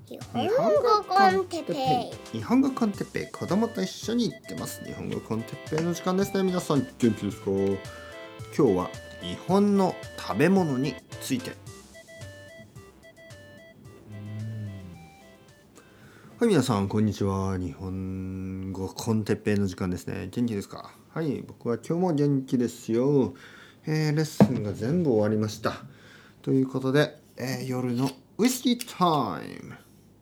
日本語コンテッペイ。 日本語コンテッペイ、子供と一緒に行ってます。日本語コンテッペイの時間ですね。皆さん元気ですか？今日は日本の食べ物について。はい、皆さんこんにちは。日本語コンテッペイの時間ですね。元気ですか？はい、僕は今日も元気ですよ。レッスンが全部終わりました。ということで、夜のウイスキータイム。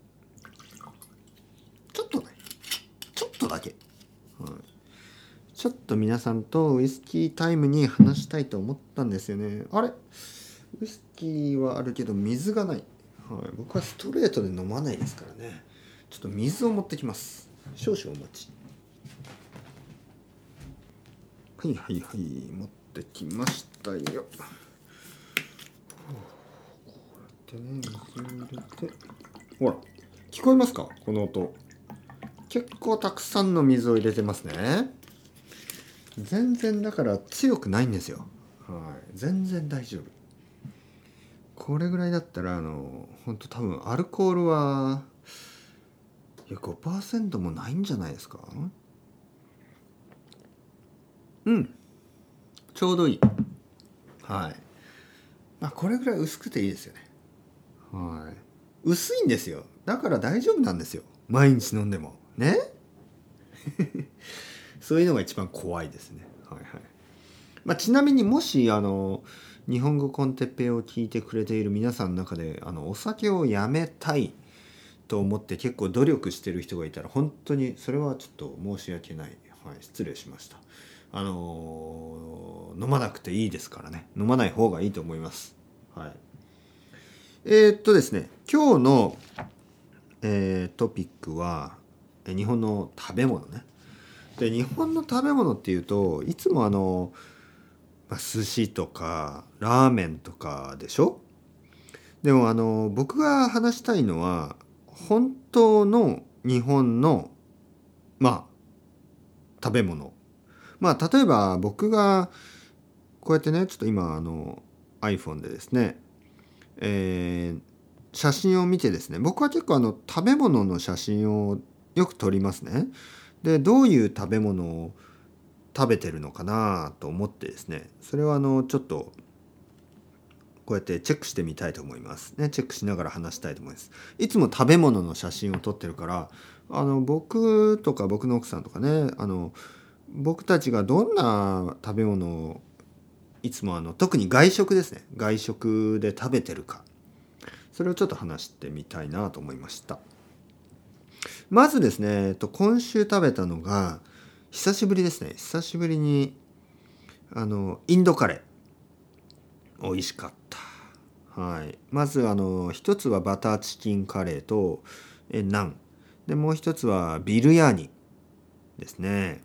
ちょっとだけ、ちょっと皆さんとウイスキータイムに話したいと思ったんですよね。あれ、ウイスキーはあるけど水がない、僕はストレートで飲まないですからね。ちょっと水を持ってきます。少々お待ち。はい、持ってきましたよ。こうやってね、水入れて、ほら聞こえますか？この音。結構たくさんの水を入れてますね。全然だから強くないんですよ。全然大丈夫。これぐらいだったら本当多分アルコールはいや 5% もないんじゃないですか？ちょうどいい。これぐらい薄くていいですよね。薄いんですよ。だから大丈夫なんですよ。毎日飲んでもね。そういうのが一番怖いですね。ちなみにもし日本語コンテッペイを聞いてくれている皆さんの中でお酒をやめたいと思って結構努力してる人がいたら、本当にそれはちょっと申し訳ない。失礼しました。飲まなくていいですからね。飲まない方がいいと思います。ですね、今日の、トピックは日本の食べ物ね。で、日本の食べ物っていうといつも寿司とかラーメンとかでしょ。でも僕が話したいのは本当の日本の食べ物。例えば僕がこうやってね、ちょっと今iPhone でですね、写真を見てですね、僕は結構食べ物の写真をよく撮りますね。で、どういう食べ物を食べてるのかなと思ってですね、それはちょっとこうやってチェックしてみたいと思いますね。チェックしながら話したいと思います。いつも食べ物の写真を撮ってるから、僕とか僕の奥さんとかね、僕たちがどんな食べ物をいつも特に外食ですね、外食で食べてるか、それをちょっと話してみたいなと思いました。まずですね、今週食べたのが久しぶりですね。久しぶりにインドカレー美味しかった。まず一つはバターチキンカレーとナンで、もう一つはビルヤーニですね。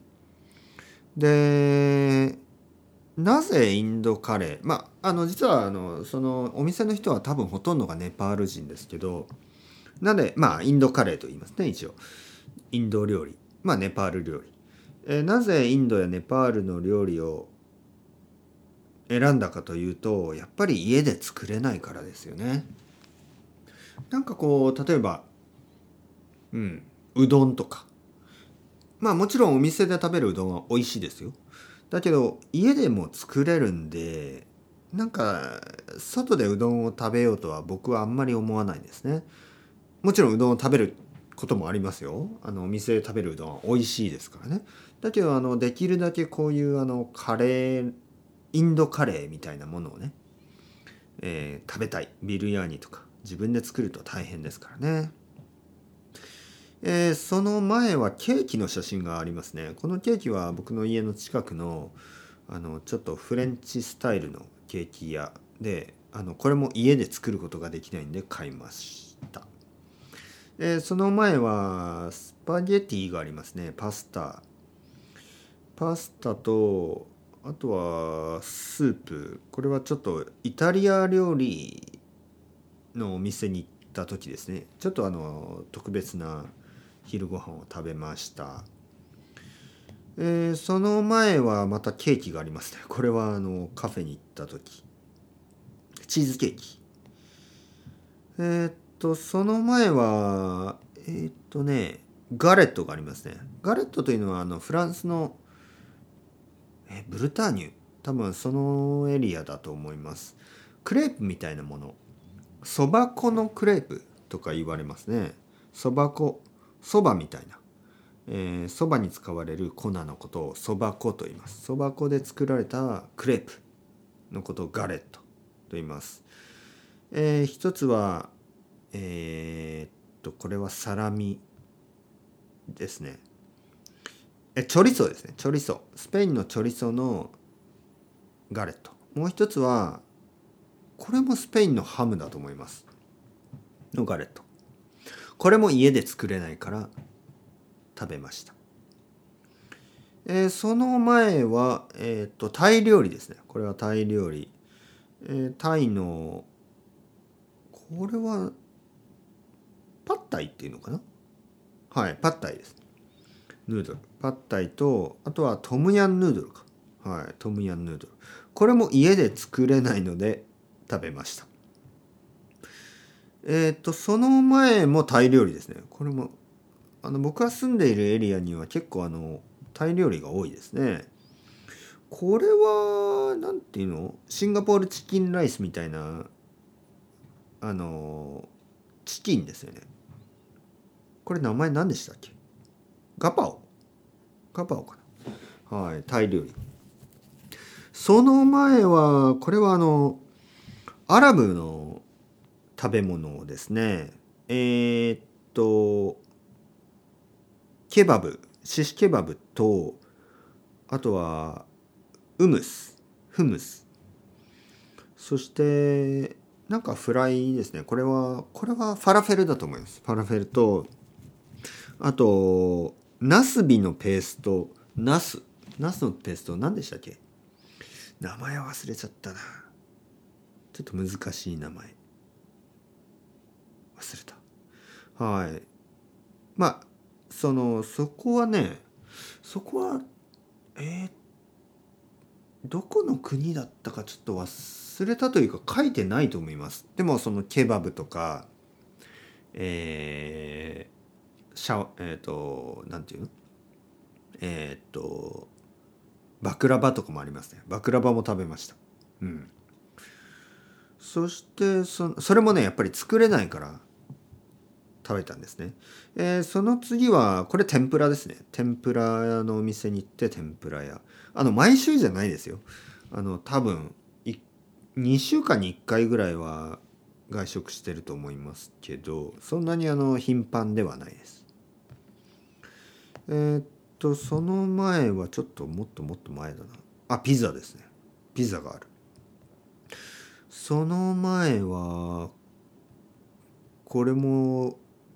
で、なぜインドカレー、実はそのお店の人は多分ほとんどがネパール人ですけど、なんでインドカレーと言いますね。一応インド料理、ネパール料理、なぜインドやネパールの料理を選んだかというと、やっぱり家で作れないからですよね。なんかこう例えばうどんとか、もちろんお店で食べるうどんは美味しいですよ。だけど家でも作れるんで、なんか外でうどんを食べようとは僕はあんまり思わないですね。もちろんうどんを食べることもありますよ。お店で食べるうどんは美味しいですからね。だけどできるだけこういうカレー、インドカレーみたいなものをね、食べたい。ビルヤーニとか自分で作ると大変ですからね。その前はケーキの写真がありますね。このケーキは僕の家の近くのちょっとフレンチスタイルのケーキ屋で、これも家で作ることができないんで買いました。その前はスパゲティがありますね。パスタと、あとはスープ。これはちょっとイタリア料理のお店に行った時ですね。ちょっと特別な昼ご飯を食べました。その前はまたケーキがありますね。これはカフェに行った時、チーズケーキ。 その前はガレットがありますね。ガレットというのはフランスのブルターニュ、多分そのエリアだと思います。クレープみたいなもの、そば粉のクレープとか言われますね。そば粉、そばみたいな、そばに使われる粉のことをそば粉と言います。そば粉で作られたクレープのことをガレットと言います。一つはこれはサラミですね。チョリソーですね。チョリソー、スペインのチョリソーのガレット。もう一つはこれもスペインのハムだと思いますのガレット。これも家で作れないから食べました。その前は、タイ料理ですね。これはタイ料理。タイのこれはパッタイっていうのかな。はい、パッタイです。ヌードル、パッタイと、あとはトムヤンヌードルか。はい、トムヤンヌードル。これも家で作れないので食べました。その前もタイ料理ですね。これも僕が住んでいるエリアには結構タイ料理が多いですね。これはなんていうの、シンガポールチキンライスみたいなチキンですよね。これ名前何でしたっけ？ガパオかな。はい、タイ料理。その前はこれはアラブの食べ物ですね。ケバブ、シシケバブと、あとはフムス、そしてなんかフライですね。これはファラフェルだと思います。ファラフェルと、あとナスビのペースト、ナスのペースト何でしたっけ？名前忘れちゃったな。ちょっと難しい名前忘れた。はい。まあそこはどこの国だったかちょっと忘れたというか書いてないと思います。でもそのケバブとかなんていうの、バクラバとかもありますね。バクラバも食べました。うん。そしてそれもねやっぱり作れないから食べたんですね。その次はこれ天ぷらですね。天ぷら屋のお店に行って天ぷら屋。毎週じゃないですよ。多分2週間に1回ぐらいは外食してると思いますけど、そんなに頻繁ではないです。その前はちょっともっと前だな。ピザですね。ピザがある。その前はこれも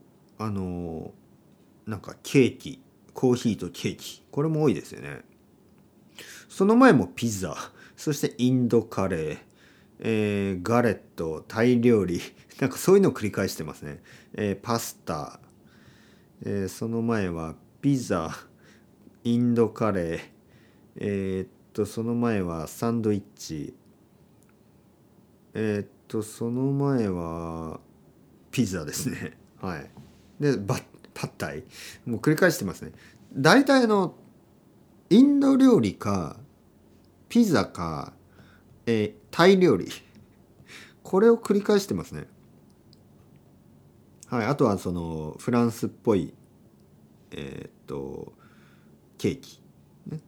なんかケーキ、コーヒーとケーキ、これも多いですよね。その前もピザ、そしてインドカレー、ガレット、タイ料理、なんかそういうのを繰り返してますね。パスタ、その前はピザ、インドカレー、その前はサンドイッチ、その前はピザですね。はい。でパッタイ、もう繰り返してますね。大体インド料理かピザか、タイ料理、これを繰り返してますね。はい。あとはフランスっぽいケーキね。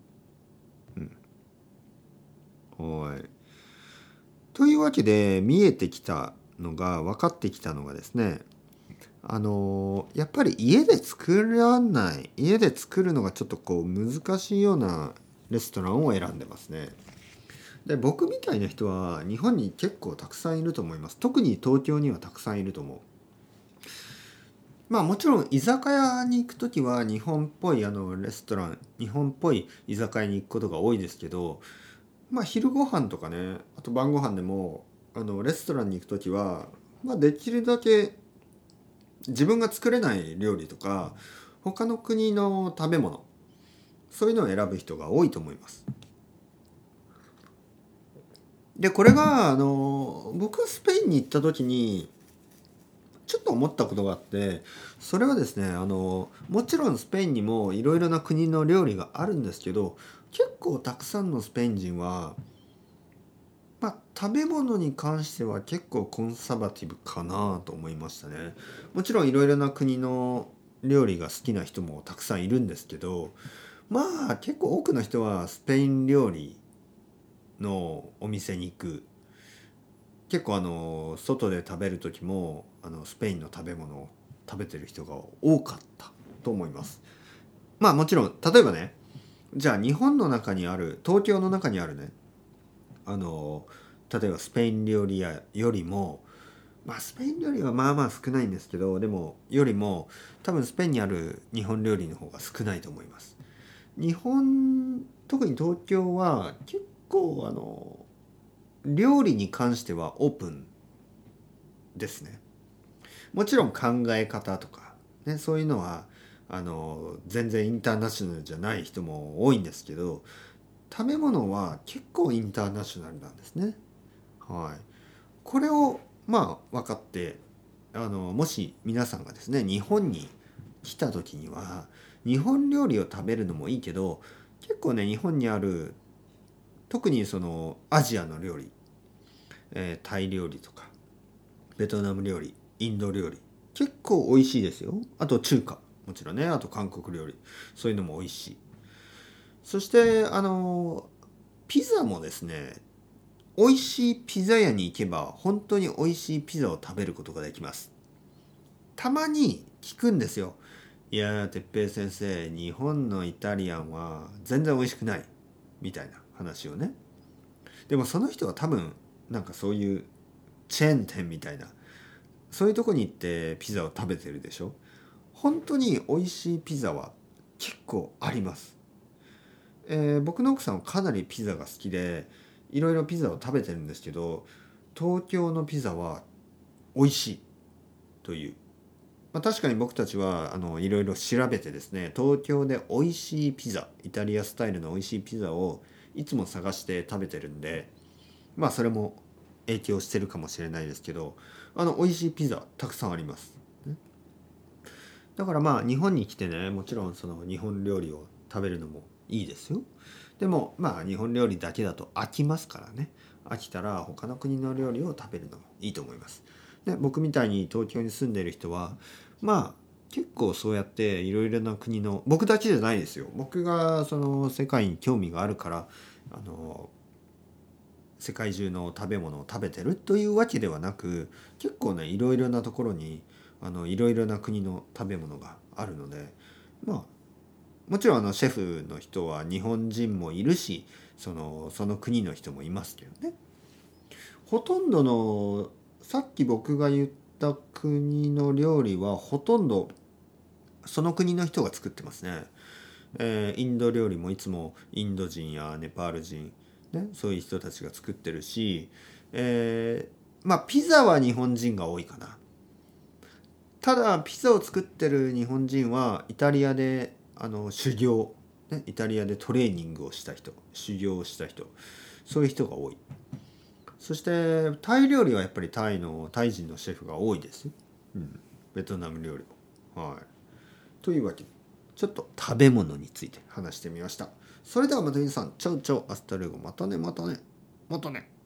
はい。というわけで分かってきたのがですね、やっぱり家で作るのがちょっと難しいようなレストランを選んでますね。で、僕みたいな人は日本に結構たくさんいると思います。特に東京にはたくさんいると思う。まあもちろん居酒屋に行くときは日本っぽいレストラン、日本っぽい居酒屋に行くことが多いですけど、まあ昼ご飯とかね、あと晩ご飯でもレストランに行くときは、まあできるだけ自分が作れない料理とか他の国の食べ物、そういうのを選ぶ人が多いと思います。でこれが僕がスペインに行った時にちょっと思ったことがあって、それはですねもちろんスペインにもいろいろな国の料理があるんですけど、結構たくさんのスペイン人は、食べ物に関しては結構コンサバティブかなと思いましたね。もちろんいろいろな国の料理が好きな人もたくさんいるんですけど、結構多くの人はスペイン料理のお店に行く。結構外で食べる時もスペインの食べ物を食べてる人が多かったと思います。もちろん例えばね、じゃあ日本の中にある、東京の中にあるね、例えばスペイン料理屋よりも、スペイン料理はまあまあ少ないんですけど、でもよりも多分スペインにある日本料理の方が少ないと思います。特に東京は結構料理に関してはオープンですね。もちろん考え方とか、ね、そういうのは全然インターナショナルじゃない人も多いんですけど、食べ物は結構インターナショナルなんですね。はい、これを分かって、もし皆さんがですね日本に来た時には日本料理を食べるのもいいけど、結構ね日本にある特にそのアジアの料理、タイ料理とかベトナム料理、インド料理結構美味しいですよ。あと中華もちろんね、あと韓国料理、そういうのも美味しい。そしてピザもですね、美味しいピザ屋に行けば本当に美味しいピザを食べることができます。たまに聞くんですよ。いやー、哲平先生、日本のイタリアンは全然美味しくないみたいな話をね。でもその人は多分なんかそういうチェーン店みたいな、そういうとこに行ってピザを食べてるでしょ。本当に美味しいピザは結構あります。僕の奥さんはかなりピザが好きでいろいろピザを食べてるんですけど、東京のピザは美味しいという、確かに僕たちはいろいろ調べてですね、東京で美味しいピザ、イタリアスタイルの美味しいピザをいつも探して食べてるんで、それも影響してるかもしれないですけど、美味しいピザたくさんあります。だから日本に来てね、もちろんその日本料理を食べるのもいいですよ。でも日本料理だけだと飽きますからね。飽きたら他の国の料理を食べるのもいいと思います。で、僕みたいに東京に住んでいる人は結構そうやっていろいろな国の、僕だけじゃないですよ。僕がその世界に興味があるから世界中の食べ物を食べてるというわけではなく、結構ねいろいろなところにいろいろな国の食べ物があるので、もちろんシェフの人は日本人もいるし、その国の人もいますけどね。ほとんどのさっき僕が言った国の料理はほとんどその国の人が作ってますね。インド料理もいつもインド人やネパール人、ね、そういう人たちが作ってるし、ピザは日本人が多いかな。ただピザを作ってる日本人はイタリアで修行、ね、イタリアでトレーニングをした人、修行をした人、そういう人が多い。そしてタイ料理はやっぱりタイ人のシェフが多いです。ベトナム料理も。はい。というわけでちょっと食べ物について話してみました。それではまた皆さん、チャウチャウアスタルゴ、またねまたねまたね。